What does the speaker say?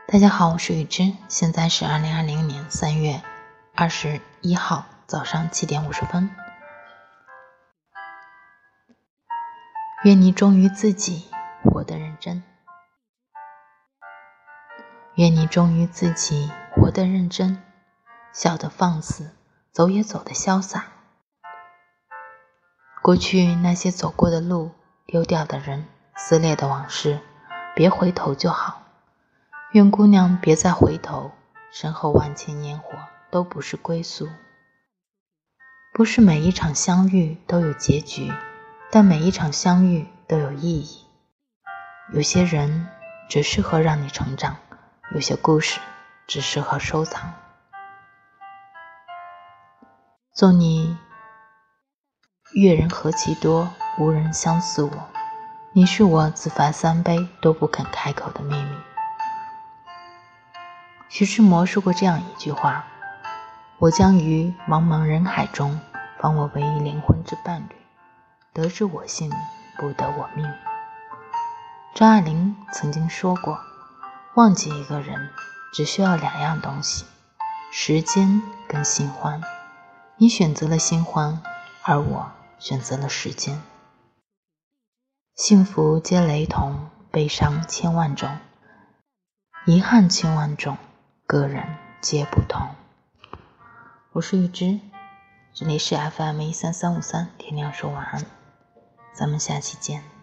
大家好，我是雨之，现在是2020年3月21号早上7点50分。愿你忠于自己，活得认真。愿你忠于自己，活得认真，笑得放肆，走也走得潇洒。过去那些走过的路，丢掉的人，撕裂的往事，别回头就好。愿姑娘别再回头，身后万千烟火都不是归宿。不是每一场相遇都有结局，但每一场相遇都有意义。有些人只适合让你成长，有些故事只适合收藏。纵你阅人何其多，无人相似我，你是我自罚3杯都不肯开口的秘密。徐志摩说过这样一句话：我将于茫茫人海中访我唯一灵魂之伴侣，得之我幸，不得我命。张爱玲曾经说过，忘记一个人只需要2样东西，时间跟新欢。你选择了新欢，而我选择了时间。幸福皆雷同，悲伤千万种，遗憾千万种，个人皆不同。我是玉芝，这里是 FM 13353，天亮说晚安，咱们下期见。